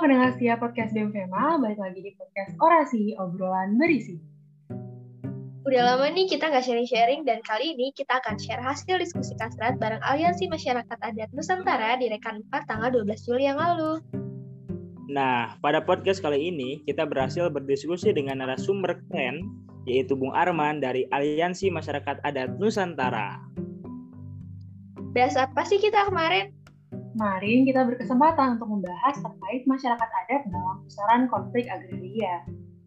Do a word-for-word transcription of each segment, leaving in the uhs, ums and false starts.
pendengar setia podcast B M Fema, balik lagi di podcast Orasi, obrolan berisi. Udah lama nih kita nggak sharing-sharing, dan kali ini kita akan share hasil diskusi kasrat bareng Aliansi Masyarakat Adat Nusantara di Rekan empat tanggal dua belas Juli yang lalu. Nah, pada podcast kali ini kita berhasil berdiskusi dengan narasumber keren, yaitu Bung Arman dari Aliansi Masyarakat Adat Nusantara. Bahas apa sih kita kemarin? Kemarin kita berkesempatan untuk membahas terkait masyarakat adat dalam pusaran konflik agraria.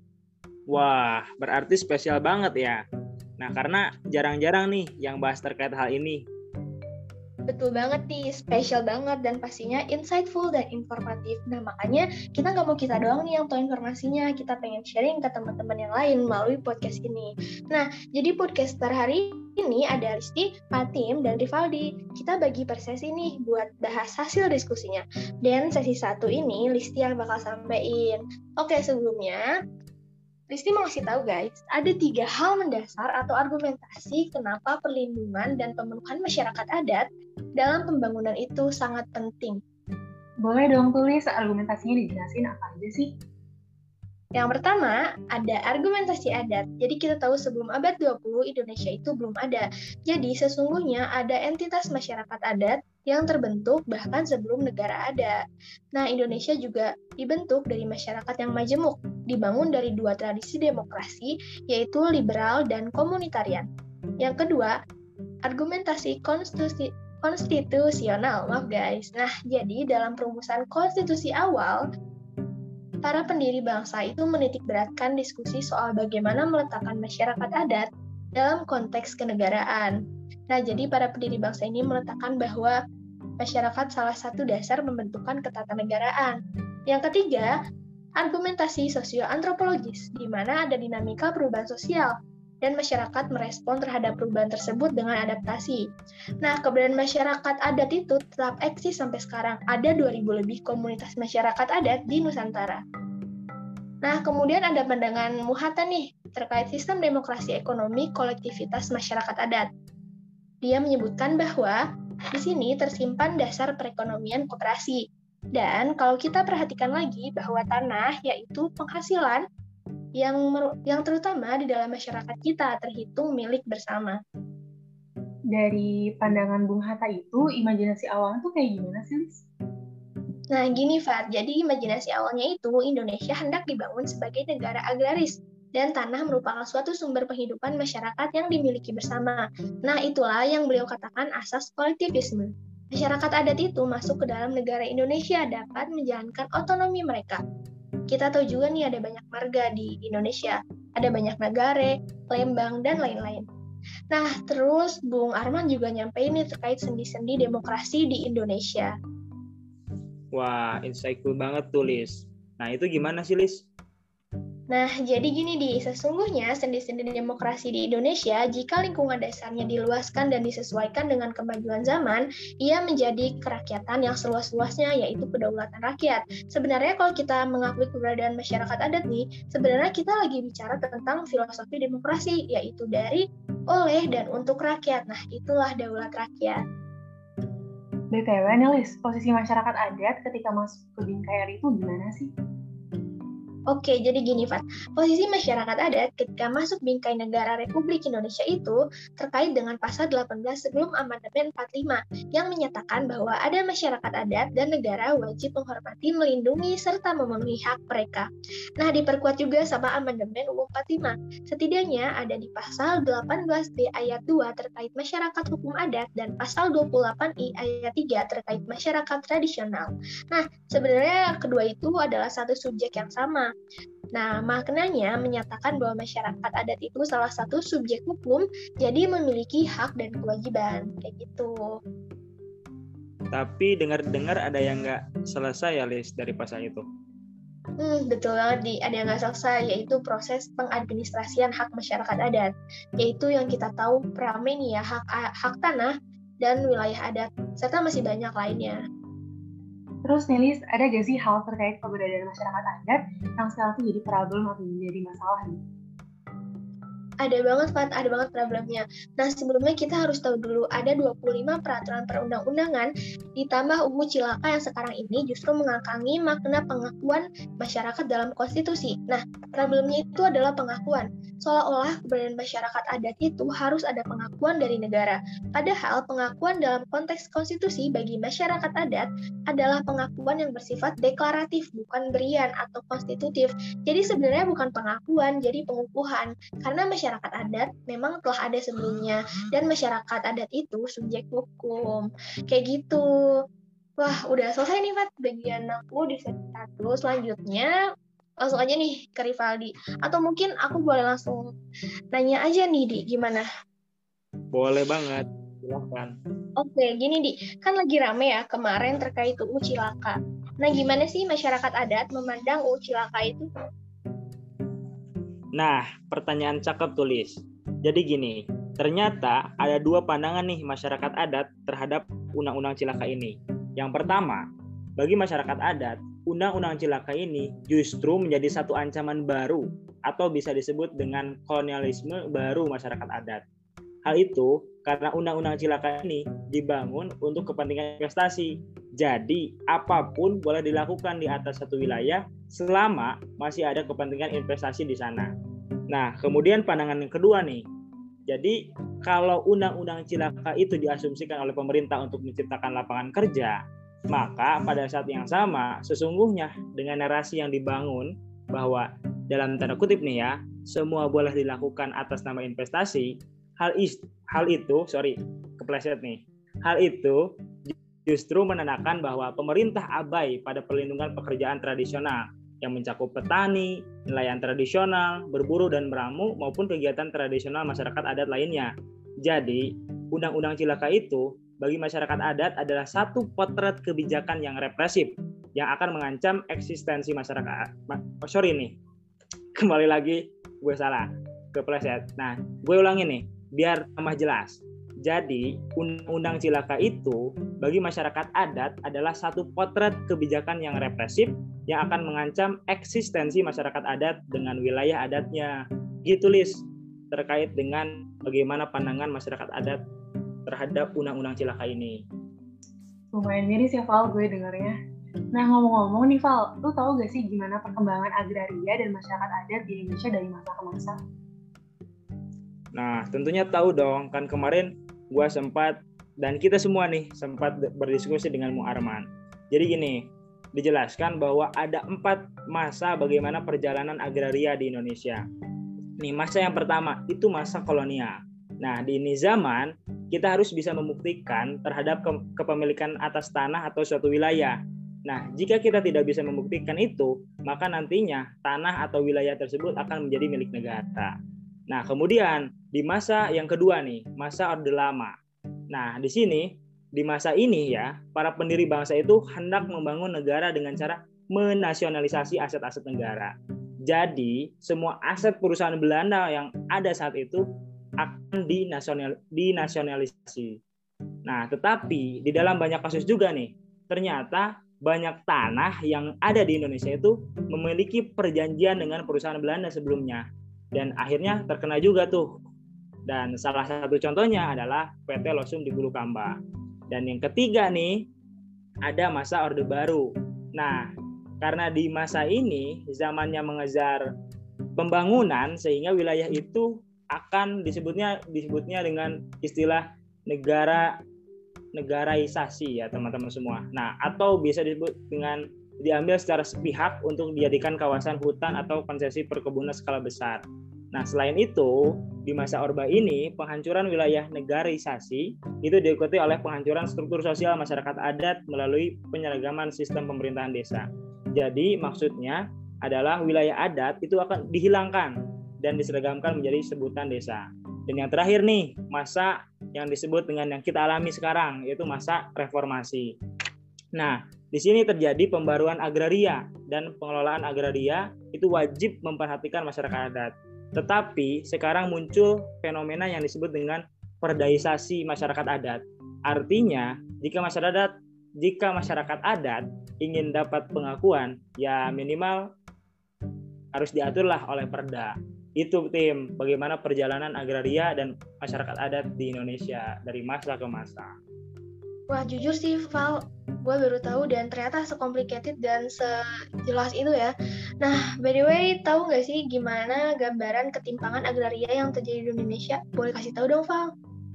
Wah, berarti spesial banget ya. Nah, karena jarang-jarang nih yang bahas terkait hal ini. Betul banget nih, spesial banget dan pastinya insightful dan informatif. Nah, makanya kita nggak mau kita doang nih yang tahu informasinya, kita pengen sharing ke teman-teman yang lain melalui podcast ini. Nah, jadi podcaster hari ini ada Listi, Fatim, dan Rivaldi. Kita bagi per sesi nih buat bahas hasil diskusinya. Dan sesi satu ini Listi yang bakal sampein. Oke, sebelumnya Listi mau kasih tahu guys, ada tiga hal mendasar atau argumentasi kenapa perlindungan dan pemenuhan masyarakat adat dalam pembangunan itu sangat penting. Boleh dong tulis argumentasinya dijelasin apa aja sih? Yang pertama, ada argumentasi adat. Jadi kita tahu sebelum abad dua puluh Indonesia itu belum ada. Jadi sesungguhnya ada entitas masyarakat adat yang terbentuk bahkan sebelum negara ada. Nah, Indonesia juga dibentuk dari masyarakat yang majemuk, dibangun dari dua tradisi demokrasi, yaitu liberal dan komunitarian. Yang kedua, argumentasi konstitusi konstitusional, maaf guys. Nah, jadi dalam perumusan konstitusi awal, para pendiri bangsa itu menitik beratkan diskusi soal bagaimana meletakkan masyarakat adat dalam konteks kenegaraan. Nah, jadi para pendiri bangsa ini meletakkan bahwa masyarakat salah satu dasar pembentukan ketatanegaraan. Yang ketiga, argumentasi sosio-antropologis, di mana ada dinamika perubahan sosial, dan masyarakat merespon terhadap perubahan tersebut dengan adaptasi. Nah, keberadaan masyarakat adat itu tetap eksis sampai sekarang. Ada dua ribu lebih komunitas masyarakat adat di Nusantara. Nah, kemudian ada pandangan Muhatta nih, terkait sistem demokrasi ekonomi kolektivitas masyarakat adat. Dia menyebutkan bahwa di sini tersimpan dasar perekonomian koperasi. Dan kalau kita perhatikan lagi bahwa tanah yaitu penghasilan yang yang terutama di dalam masyarakat kita terhitung milik bersama. Dari pandangan Bung Hatta itu, imajinasi awalnya tuh kayak gimana sih, Lis? Nah, gini, Fat. Jadi imajinasi awalnya itu Indonesia hendak dibangun sebagai negara agraris, dan tanah merupakan suatu sumber penghidupan masyarakat yang dimiliki bersama. Nah, itulah yang beliau katakan asas kolektivisme. Masyarakat adat itu masuk ke dalam negara Indonesia dapat menjalankan otonomi mereka. Kita tahu juga nih ada banyak marga di Indonesia, ada banyak Nagare, Lembang, dan lain-lain. Nah, terus Bung Arman juga nyampein nih terkait sendi-sendi demokrasi di Indonesia. Wah, insightful banget tuh, Lis. Nah, itu gimana sih, Lis? Nah, jadi gini di sesungguhnya sendi-sendi demokrasi di Indonesia, jika lingkungan dasarnya diluaskan dan disesuaikan dengan kemajuan zaman, ia menjadi kerakyatan yang seluas-luasnya, yaitu kedaulatan rakyat. Sebenarnya kalau kita mengakui keberadaan masyarakat adat nih, sebenarnya kita lagi bicara tentang filosofi demokrasi, yaitu dari, oleh, dan untuk rakyat. Nah, itulah daulat rakyat. B T W nih, Lis, posisi masyarakat adat ketika masuk ke Bingkai itu gimana sih? Oke, jadi gini, Fat. Posisi masyarakat adat ketika masuk bingkai negara Republik Indonesia itu terkait dengan pasal delapan belas sebelum amandemen empat puluh lima yang menyatakan bahwa ada masyarakat adat dan negara wajib menghormati, melindungi, serta memenuhi hak mereka. Nah, diperkuat juga sama amandemen U U empat puluh lima. Setidaknya ada di pasal delapan belas B ayat dua terkait masyarakat hukum adat dan pasal dua puluh delapan I ayat tiga terkait masyarakat tradisional. Nah, sebenarnya kedua itu adalah satu subjek yang sama. Nah, maknanya menyatakan bahwa masyarakat adat itu salah satu subjek hukum, jadi memiliki hak dan kewajiban, kayak gitu. Tapi dengar-dengar ada yang nggak selesai ya, Lis, dari pasal itu. Hmm, betul banget, Di. Ada yang nggak selesai, yaitu proses pengadministrasian hak masyarakat adat, yaitu yang kita tahu rame nih ya, hak, hak tanah dan wilayah adat, serta masih banyak lainnya. Terus nih, Lis, ada gak sih hal terkait keberadaan masyarakat adat yang sekarang tuh jadi problem atau menjadi masalah nih? Ada banget, Fat. Ada banget problemnya. Nah, sebelumnya kita harus tahu dulu ada dua puluh lima peraturan perundang-undangan ditambah U U Cilaka yang sekarang ini justru mengangkangi makna pengakuan masyarakat dalam konstitusi. Nah, problemnya itu adalah pengakuan. Seolah-olah keberadaan masyarakat adat itu harus ada pengakuan dari negara. Padahal pengakuan dalam konteks konstitusi bagi masyarakat adat adalah pengakuan yang bersifat deklaratif, bukan berian atau konstitutif. Jadi sebenarnya bukan pengakuan, jadi pengukuhan. Karena masyarakat adat memang telah ada sebelumnya, dan masyarakat adat itu subjek hukum. Kayak gitu. Wah, udah selesai nih, Fat, bagian aku di sesi satu. Selanjutnya, langsung aja nih ke Rivaldi. Atau mungkin aku boleh langsung nanya aja nih, Di, gimana? Boleh banget, silahkan. Oke, gini, Di. Kan lagi rame ya kemarin terkait U U Cilaka. Nah, gimana sih masyarakat adat memandang U U Cilaka itu? Nah, pertanyaan cakep tulis. Jadi gini, ternyata ada dua pandangan nih masyarakat adat terhadap Undang-Undang Cilaka ini. Yang pertama, bagi masyarakat adat, Undang-Undang Cilaka ini justru menjadi satu ancaman baru atau bisa disebut dengan kolonialisme baru masyarakat adat. Hal itu karena Undang-Undang Cilaka ini dibangun untuk kepentingan investasi. Jadi, apapun boleh dilakukan di atas satu wilayah selama masih ada kepentingan investasi di sana. Nah, kemudian pandangan yang kedua nih. Jadi, kalau Undang-Undang Cilaka itu diasumsikan oleh pemerintah untuk menciptakan lapangan kerja, maka pada saat yang sama, sesungguhnya dengan narasi yang dibangun bahwa dalam tanda kutip nih ya, semua boleh dilakukan atas nama investasi, hal, is, hal itu, sorry, kepleset nih, hal itu justru menandakan bahwa pemerintah abai pada perlindungan pekerjaan tradisional yang mencakup petani, nelayan tradisional, berburu dan meramu, maupun kegiatan tradisional masyarakat adat lainnya. Jadi, Undang-Undang Cilaka itu bagi masyarakat adat adalah satu potret kebijakan yang represif yang akan mengancam eksistensi masyarakat. Oh, sorry nih, kembali lagi gue salah, kepleset. Nah, gue ulangi nih, biar tambah jelas. Jadi, Undang-Undang Cilaka itu bagi masyarakat adat adalah satu potret kebijakan yang represif yang akan mengancam eksistensi masyarakat adat dengan wilayah adatnya. Gitu, Lis, terkait dengan bagaimana pandangan masyarakat adat terhadap Undang-Undang Cilaka ini. Lumayan miris ya, Val, gue dengarnya. Nah, ngomong-ngomong nih, Val, lu tahu gak sih gimana perkembangan agraria dan masyarakat adat di Indonesia dari masa ke masa? Nah, tentunya tahu dong, kan kemarin gue sempat, dan kita semua nih, sempat berdiskusi dengan Mu Arman. Jadi gini, dijelaskan bahwa ada empat masa bagaimana perjalanan agraria di Indonesia. Nih, masa yang pertama, itu masa kolonial. Nah, di ini zaman, kita harus bisa membuktikan terhadap ke- kepemilikan atas tanah atau suatu wilayah. Nah, jika kita tidak bisa membuktikan itu, maka nantinya tanah atau wilayah tersebut akan menjadi milik negara. Nah, kemudian di masa yang kedua nih, masa Orde Lama. Nah, di sini, di masa ini ya, para pendiri bangsa itu hendak membangun negara dengan cara menasionalisasi aset-aset negara. Jadi, semua aset perusahaan Belanda yang ada saat itu akan dinasional, dinasionalisasi. Nah, tetapi di dalam banyak kasus juga nih, ternyata banyak tanah yang ada di Indonesia itu memiliki perjanjian dengan perusahaan Belanda sebelumnya. Dan akhirnya terkena juga tuh. Dan salah satu contohnya adalah P T Losum di Bulukamba. Dan yang ketiga nih, ada masa Orde Baru. Nah, karena di masa ini zamannya mengejar pembangunan, sehingga wilayah itu akan disebutnya disebutnya dengan istilah negara negaraisasi ya teman-teman semua. Nah, atau bisa disebut dengan diambil secara sepihak untuk dijadikan kawasan hutan atau konsesi perkebunan skala besar. Nah, selain itu, di masa Orba ini, penghancuran wilayah negarisasi itu diikuti oleh penghancuran struktur sosial masyarakat adat melalui penyeragaman sistem pemerintahan desa. Jadi, maksudnya adalah wilayah adat itu akan dihilangkan dan diseragamkan menjadi sebutan desa. Dan yang terakhir nih, masa yang disebut dengan yang kita alami sekarang, yaitu masa reformasi. Nah, di sini terjadi pembaruan agraria dan pengelolaan agraria itu wajib memperhatikan masyarakat adat. Tetapi sekarang muncul fenomena yang disebut dengan perdaisasi masyarakat adat. Artinya, jika masyarakat jika masyarakat adat ingin dapat pengakuan, ya minimal harus diaturlah oleh perda. Itu tim, bagaimana perjalanan agraria dan masyarakat adat di Indonesia dari masa ke masa. Wah, jujur sih Val, gue baru tahu dan ternyata se-complicated dan sejelas itu ya. Nah, by the way, tahu nggak sih gimana gambaran ketimpangan agraria yang terjadi di Indonesia? Boleh kasih tahu dong, Val?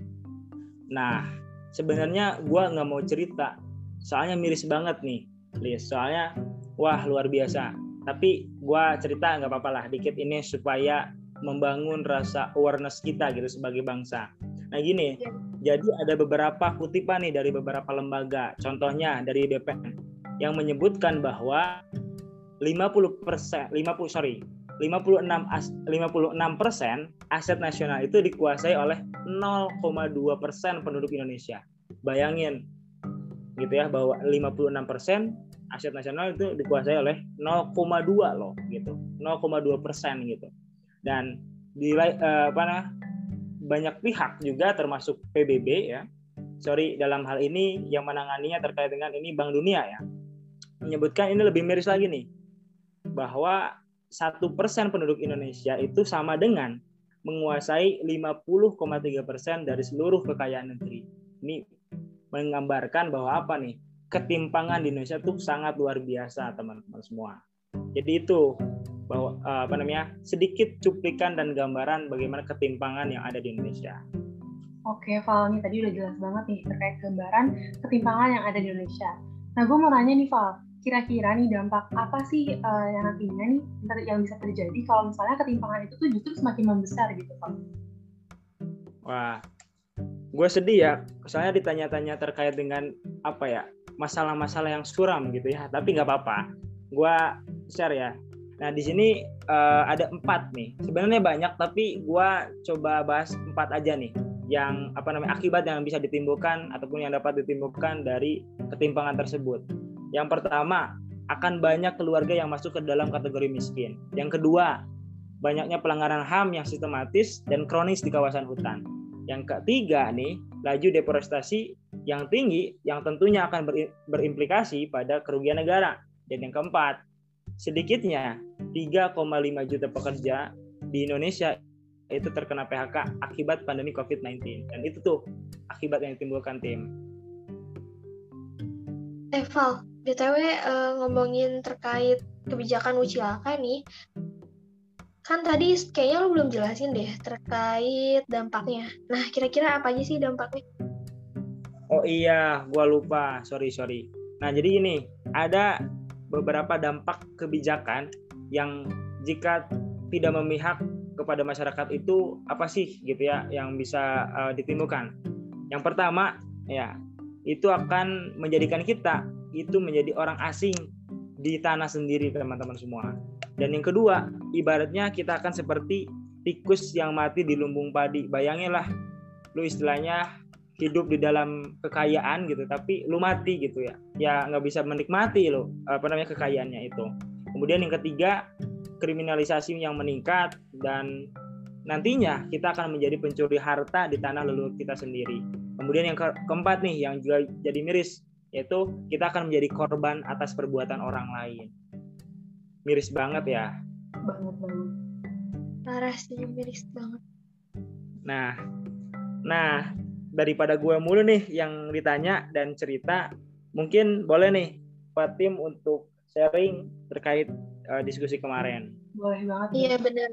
Nah, sebenarnya gue nggak mau cerita, soalnya miris banget nih, Liz. Soalnya, wah luar biasa. Tapi gue cerita nggak apa-apa lah, dikit ini supaya membangun rasa awareness kita gitu sebagai bangsa. Nah gini, ya. Jadi ada beberapa kutipan nih dari beberapa lembaga, contohnya dari B P N yang menyebutkan bahwa lima puluh persen, lima puluh sorry, lima puluh enam persen aset nasional itu dikuasai oleh nol koma dua persen penduduk Indonesia. Bayangin, gitu ya, bahwa lima puluh enam persen aset nasional itu dikuasai oleh nol koma dua loh, gitu, nol koma dua persen gitu. Dan di uh, apa nah, banyak pihak juga termasuk P B B ya, sorry dalam hal ini yang menanganinya terkait dengan ini Bank Dunia ya, menyebutkan ini lebih miris lagi nih, bahwa satu persen penduduk Indonesia itu sama dengan menguasai lima puluh koma tiga persen dari seluruh kekayaan negeri. Ini menggambarkan bahwa apa nih, ketimpangan di Indonesia tuh sangat luar biasa teman-teman semua. Jadi itu bahwa apa namanya, sedikit cuplikan dan gambaran bagaimana ketimpangan yang ada di Indonesia. Oke, Val, nih tadi udah jelas banget nih terkait gambaran ketimpangan yang ada di Indonesia. Nah, gue mau nanya nih, Val, kira-kira nih dampak apa sih uh, yang nantinya nih yang bisa terjadi kalau misalnya ketimpangan itu tuh justru semakin membesar gitu, Val? Wah, gue sedih ya, soalnya ditanya-tanya terkait dengan apa ya, masalah-masalah yang suram gitu ya. Tapi nggak apa-apa, gue share ya. Nah di sini uh, ada empat nih. Sebenarnya banyak, tapi gue coba bahas empat aja nih. Yang apa namanya, akibat yang bisa ditimbulkan ataupun yang dapat ditimbulkan dari ketimpangan tersebut. Yang pertama, akan banyak keluarga yang masuk ke dalam kategori miskin. Yang kedua, banyaknya pelanggaran H A M yang sistematis dan kronis di kawasan hutan. Yang ketiga nih, laju deforestasi yang tinggi yang tentunya akan berimplikasi pada kerugian negara. Dan yang keempat, sedikitnya tiga koma lima juta pekerja di Indonesia itu terkena P H K akibat pandemi covid sembilan belas. Dan itu tuh akibat yang ditimbulkan tim. Eh Val, B T W uh, ngomongin terkait kebijakan U C L K nih, kan tadi kayaknya lu belum jelasin deh terkait dampaknya. Nah, kira-kira apa aja sih dampaknya? Oh iya, gua lupa. Sorry, sorry. Nah, jadi ini ada beberapa dampak kebijakan yang jika tidak memihak kepada masyarakat itu apa sih gitu ya yang bisa uh, ditimbulkan. Yang pertama ya, itu akan menjadikan kita itu menjadi orang asing di tanah sendiri teman-teman semua. Dan yang kedua, ibaratnya kita akan seperti tikus yang mati di lumbung padi. Bayanginlah lu istilahnya hidup di dalam kekayaan gitu, tapi lu mati gitu ya, ya nggak bisa menikmati lo apa namanya kekayaannya itu. Kemudian yang ketiga, kriminalisasi yang meningkat dan nantinya kita akan menjadi pencuri harta di tanah leluhur kita sendiri. Kemudian yang ke- keempat nih yang juga jadi miris, yaitu kita akan menjadi korban atas perbuatan orang lain. Miris banget ya. Banget banget. Parah sih, miris banget. Nah, nah. Daripada gue mulu nih yang ditanya dan cerita, mungkin boleh nih Pak Tim untuk sharing terkait uh, diskusi kemarin. Boleh banget. Iya benar.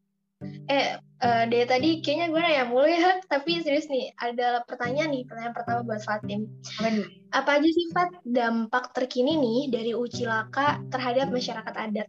Eh, uh, dari tadi kayaknya gue nanya mulu ya, tapi serius nih, ada pertanyaan nih, pertanyaan pertama buat Fatim. Apa nih? Apa aja sih Fat dampak terkini nih dari U C L K terhadap masyarakat adat?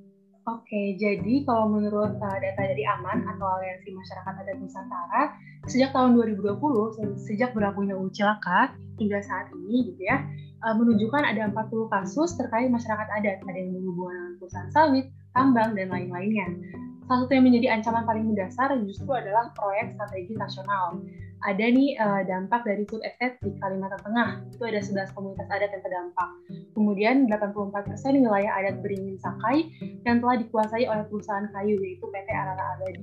Oke, jadi kalau menurut uh, data dari AMAN atau Aliansi Masyarakat Adat Nusantara, sejak tahun dua ribu dua puluh, sejak berlakunya U C L K hingga saat ini gitu ya, uh, menunjukkan ada empat puluh kasus terkait masyarakat adat, ada yang berhubungan dengan perusahaan sawit, tambang, dan lain-lainnya. Salah satu yang menjadi ancaman paling mendasar justru adalah proyek strategi nasional. Ada nih uh, dampak dari food estate di Kalimantan Tengah, itu ada sebelas komunitas adat yang terdampak. Kemudian delapan puluh empat persen wilayah adat Beringin Sakai yang telah dikuasai oleh perusahaan kayu, yaitu P T Arara Abadi.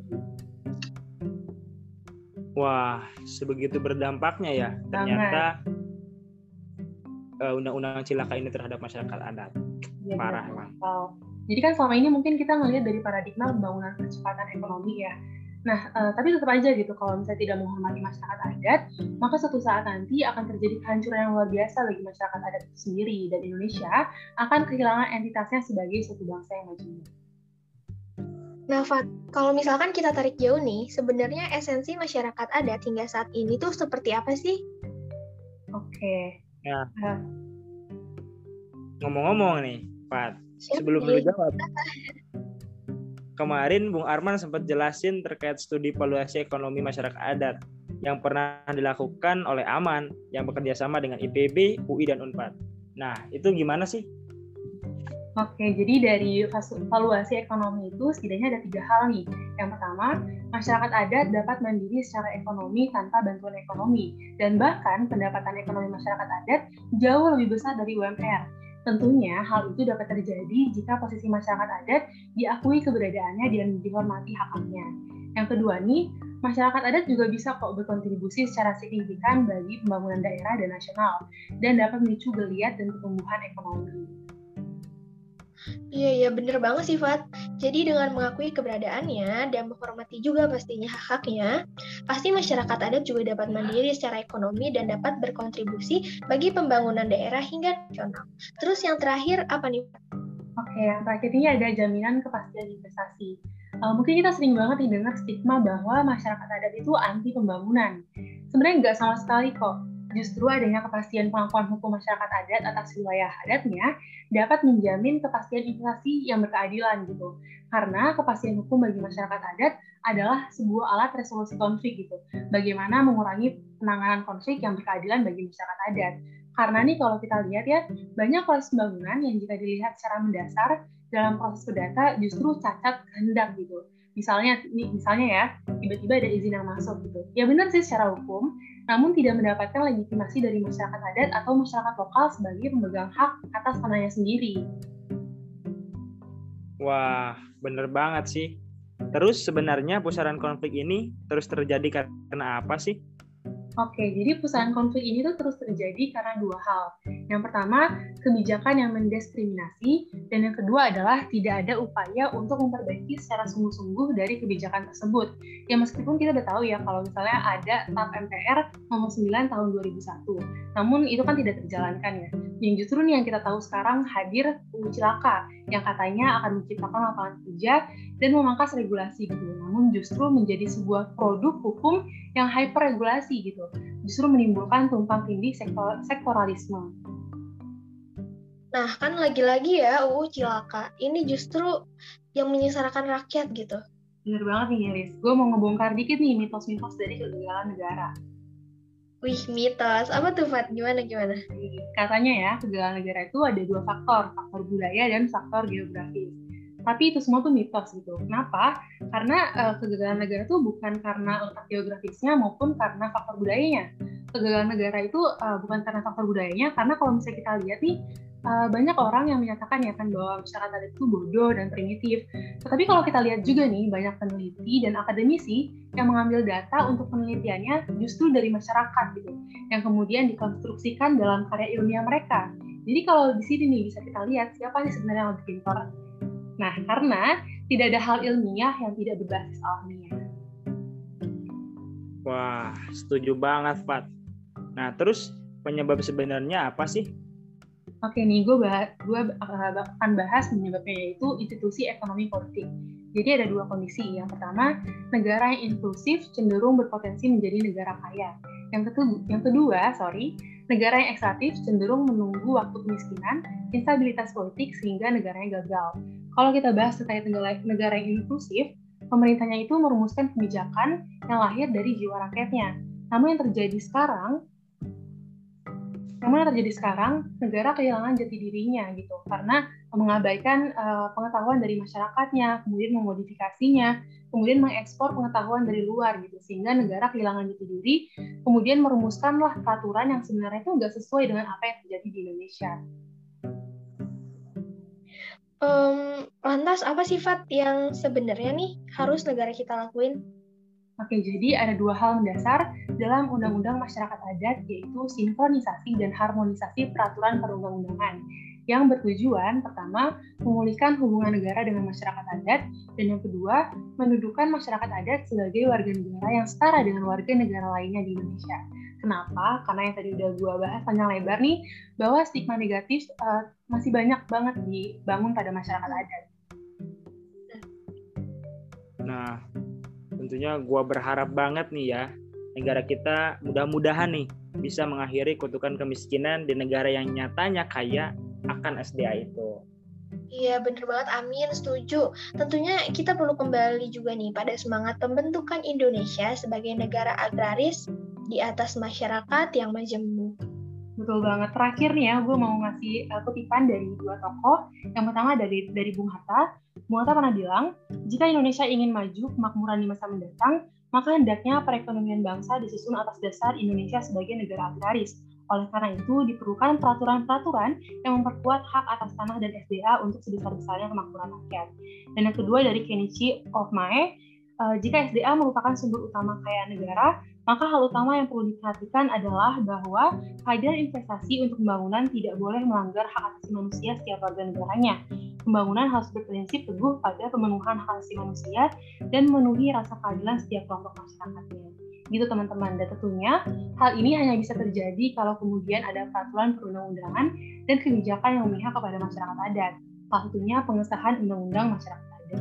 Wah, sebegitu berdampaknya ya ternyata uh, undang-undang Cilaka ini terhadap masyarakat adat. Ya, parah emang. Jadi kan selama ini mungkin kita ngelihat dari paradigma pembangunan percepatan ekonomi ya. Nah, uh, tapi tetap aja gitu, kalau misalnya tidak menghormati masyarakat adat, maka suatu saat nanti akan terjadi kehancuran yang luar biasa bagi masyarakat adat itu sendiri, dan Indonesia akan kehilangan entitasnya sebagai suatu bangsa yang maju. Nah, Fat, kalau misalkan kita tarik jauh nih, sebenarnya esensi masyarakat adat hingga saat ini tuh seperti apa sih? Oke. Ya. Uh, Ngomong-ngomong nih, Fat, Siap sebelum nih. lu jawab, kemarin Bung Arman sempat jelasin terkait studi valuasi ekonomi masyarakat adat yang pernah dilakukan oleh Aman yang bekerja sama dengan I P B, U I, dan Unpad. Nah, itu gimana sih? Oke, jadi dari valuasi ekonomi itu setidaknya ada tiga hal nih. Yang pertama, masyarakat adat dapat mandiri secara ekonomi tanpa bantuan ekonomi, dan bahkan pendapatan ekonomi masyarakat adat jauh lebih besar dari U M R. Tentunya hal itu dapat terjadi jika posisi masyarakat adat diakui keberadaannya dan dihormati haknya. Yang kedua nih, masyarakat adat juga bisa kok berkontribusi secara signifikan bagi pembangunan daerah dan nasional, dan dapat memicu geliat dan pertumbuhan ekonomi. Iya, iya bener banget sih, Fat. Jadi dengan mengakui keberadaannya dan menghormati juga pastinya hak-haknya, pasti masyarakat adat juga dapat mandiri secara ekonomi dan dapat berkontribusi bagi pembangunan daerah hingga nasional. Terus yang terakhir apa nih? Oke, yang terakhir ini ada jaminan kepastian investasi. Uh, mungkin kita sering banget dengar stigma bahwa masyarakat adat itu anti pembangunan. Sebenarnya nggak sama sekali kok. Justru adanya kepastian pengakuan hukum masyarakat adat atas wilayah adatnya dapat menjamin kepastian investasi yang berkeadilan gitu. Karena kepastian hukum bagi masyarakat adat adalah sebuah alat resolusi konflik gitu. Bagaimana mengurangi penanganan konflik yang berkeadilan bagi masyarakat adat. Karena nih kalau kita lihat ya, banyak proses pembangunan yang jika dilihat secara mendasar dalam proses perdata justru cacat kehendak gitu. Misalnya, nih, misalnya ya, tiba-tiba ada izin yang masuk gitu. Ya benar sih secara hukum, namun tidak mendapatkan legitimasi dari masyarakat adat atau masyarakat lokal sebagai pemegang hak atas tanahnya sendiri. Wah, bener banget sih. Terus sebenarnya pusaran konflik ini terus terjadi karena apa sih? Oke, jadi pusaran konflik ini tuh terus terjadi karena dua hal. Yang pertama, kebijakan yang mendiskriminasi, dan yang kedua adalah tidak ada upaya untuk memperbaiki secara sungguh-sungguh dari kebijakan tersebut. Ya meskipun kita udah tahu ya kalau misalnya ada T A P M P R nomor sembilan tahun dua ribu satu, namun itu kan tidak terjalankan ya. Yang justru nih yang kita tahu sekarang hadir U U Cilaka, yang katanya akan menciptakan lapangan kerja dan memangkas regulasi gitu. Namun justru menjadi sebuah produk hukum yang hyperregulasi gitu. Justru menimbulkan tumpang tindih sektor, sektoralisme. Nah, kan lagi-lagi ya U U Cilaka. Ini justru yang menyengsarakan rakyat gitu. Bener banget nih, Iris. Gue mau ngebongkar dikit nih mitos-mitos dari kegagalan negara. Wih, mitos. Apa tuh, Fat? Gimana, gimana? Katanya ya, kegagalan negara itu ada dua faktor, faktor budaya dan faktor geografis. Tapi itu semua tuh mitos gitu. Kenapa? Karena uh, kegagalan negara itu bukan karena letak geografisnya maupun karena faktor budayanya. Kegagalan negara itu uh, bukan karena faktor budayanya, karena kalau misalnya kita lihat nih, uh, banyak orang yang menyatakan ya kan bahwa masyarakat adat itu bodoh dan primitif. Tetapi kalau kita lihat juga nih, banyak peneliti dan akademisi yang mengambil data untuk penelitiannya justru dari masyarakat gitu, yang kemudian dikonstruksikan dalam karya ilmiah mereka. Jadi kalau di sini nih bisa kita lihat siapa sih sebenarnya yang lebih pintar. Nah, karena tidak ada hal ilmiah yang tidak berbasis alamiah. Wah, setuju banget, Pat. Nah, terus penyebab sebenarnya apa sih? Oke nih, gue bah- gue akan bahas penyebabnya yaitu institusi ekonomi politik. Jadi ada dua kondisi. Yang pertama, negara yang inklusif cenderung berpotensi menjadi negara kaya. Yang kedua, yang kedua, sorry, negara yang ekstraktif cenderung menunggu waktu kemiskinan, instabilitas politik sehingga negaranya gagal. Kalau kita bahas terkait negara yang inklusif, pemerintahnya itu merumuskan kebijakan yang lahir dari jiwa rakyatnya. Namun yang terjadi sekarang, namun yang terjadi sekarang, negara kehilangan jati dirinya gitu, karena mengabaikan uh, pengetahuan dari masyarakatnya, kemudian memodifikasinya, kemudian mengekspor pengetahuan dari luar gitu, sehingga negara kehilangan jati diri, kemudian merumuskanlah peraturan yang sebenarnya itu nggak sesuai dengan apa yang terjadi di Indonesia. Um, lantas apa sifat yang sebenarnya nih harus negara kita lakuin? Oke, jadi ada dua hal mendasar dalam Undang-Undang Masyarakat Adat, yaitu sinkronisasi dan harmonisasi peraturan perundang-undangan. yang bertujuan pertama memulihkan hubungan negara dengan masyarakat adat, dan yang kedua mendudukan masyarakat adat sebagai warga negara yang setara dengan warga negara lainnya di Indonesia. Kenapa? Karena yang tadi udah gue bahas panjang lebar nih, bahwa stigma negatif uh, masih banyak banget dibangun pada masyarakat adat. Nah, tentunya gue berharap banget nih ya, negara kita mudah-mudahan nih bisa mengakhiri kutukan kemiskinan di negara yang nyatanya kaya akan S D A itu. Iya, bener banget. Amin, setuju. Tentunya kita perlu kembali juga nih pada semangat pembentukan Indonesia sebagai negara agraris di atas masyarakat yang majemuk. Betul banget. Terakhir nih ya, gue mau ngasih uh, kutipan dari dua tokoh. Yang pertama dari dari Bung Hatta. Bung Hatta pernah bilang, jika Indonesia ingin maju kemakmuran di masa mendatang, maka hendaknya perekonomian bangsa disusun atas dasar Indonesia sebagai negara agraris. Oleh karena itu, diperlukan peraturan-peraturan yang memperkuat hak atas tanah dan S D A untuk sebesar-besarnya kemakmuran rakyat. Dan yang kedua dari Kenichi of Mae, uh, jika S D A merupakan sumber utama kekayaan negara, maka hal utama yang perlu diperhatikan adalah bahwa kehadiran investasi untuk pembangunan tidak boleh melanggar hak asasi manusia setiap warga negaranya. Pembangunan harus berprinsip teguh pada pemenuhan hak asasi manusia dan memenuhi rasa keadilan setiap kelompok masyarakatnya. Gitu teman-teman, dan tentunya hal ini hanya bisa terjadi kalau kemudian ada peraturan perundang-undangan dan kebijakan yang memihak kepada masyarakat adat. Salah satunya pengesahan undang-undang masyarakat adat.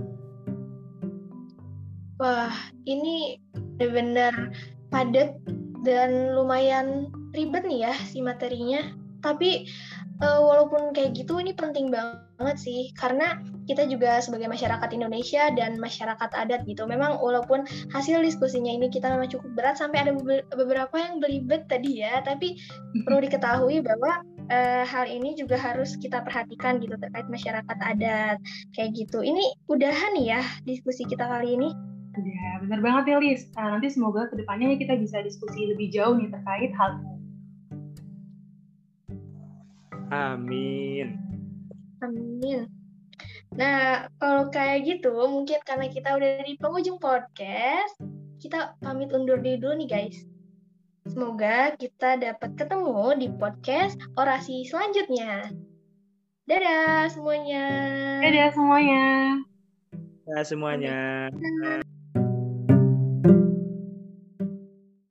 Wah, ini benar-benar padat dan lumayan ribet nih ya si materinya. Tapi uh, walaupun kayak gitu, ini penting banget sih, karena kita juga sebagai masyarakat Indonesia dan masyarakat adat gitu, memang walaupun hasil diskusinya ini kita memang cukup berat sampai ada beberapa yang belibet tadi ya, tapi perlu diketahui bahwa uh, hal ini juga harus kita perhatikan gitu terkait masyarakat adat kayak gitu. Ini udahan nih ya diskusi kita kali ini. Ya, benar banget ya Lis. Nah, nanti semoga kedepannya kita bisa diskusi lebih jauh nih terkait hal ini. Amin. Amin. Nah, kalau kayak gitu, mungkin karena kita udah di penghujung podcast, kita pamit undur diri dulu nih guys. Semoga kita dapat ketemu di podcast orasi selanjutnya. Dadah semuanya. Dadah semuanya. Dadah semuanya.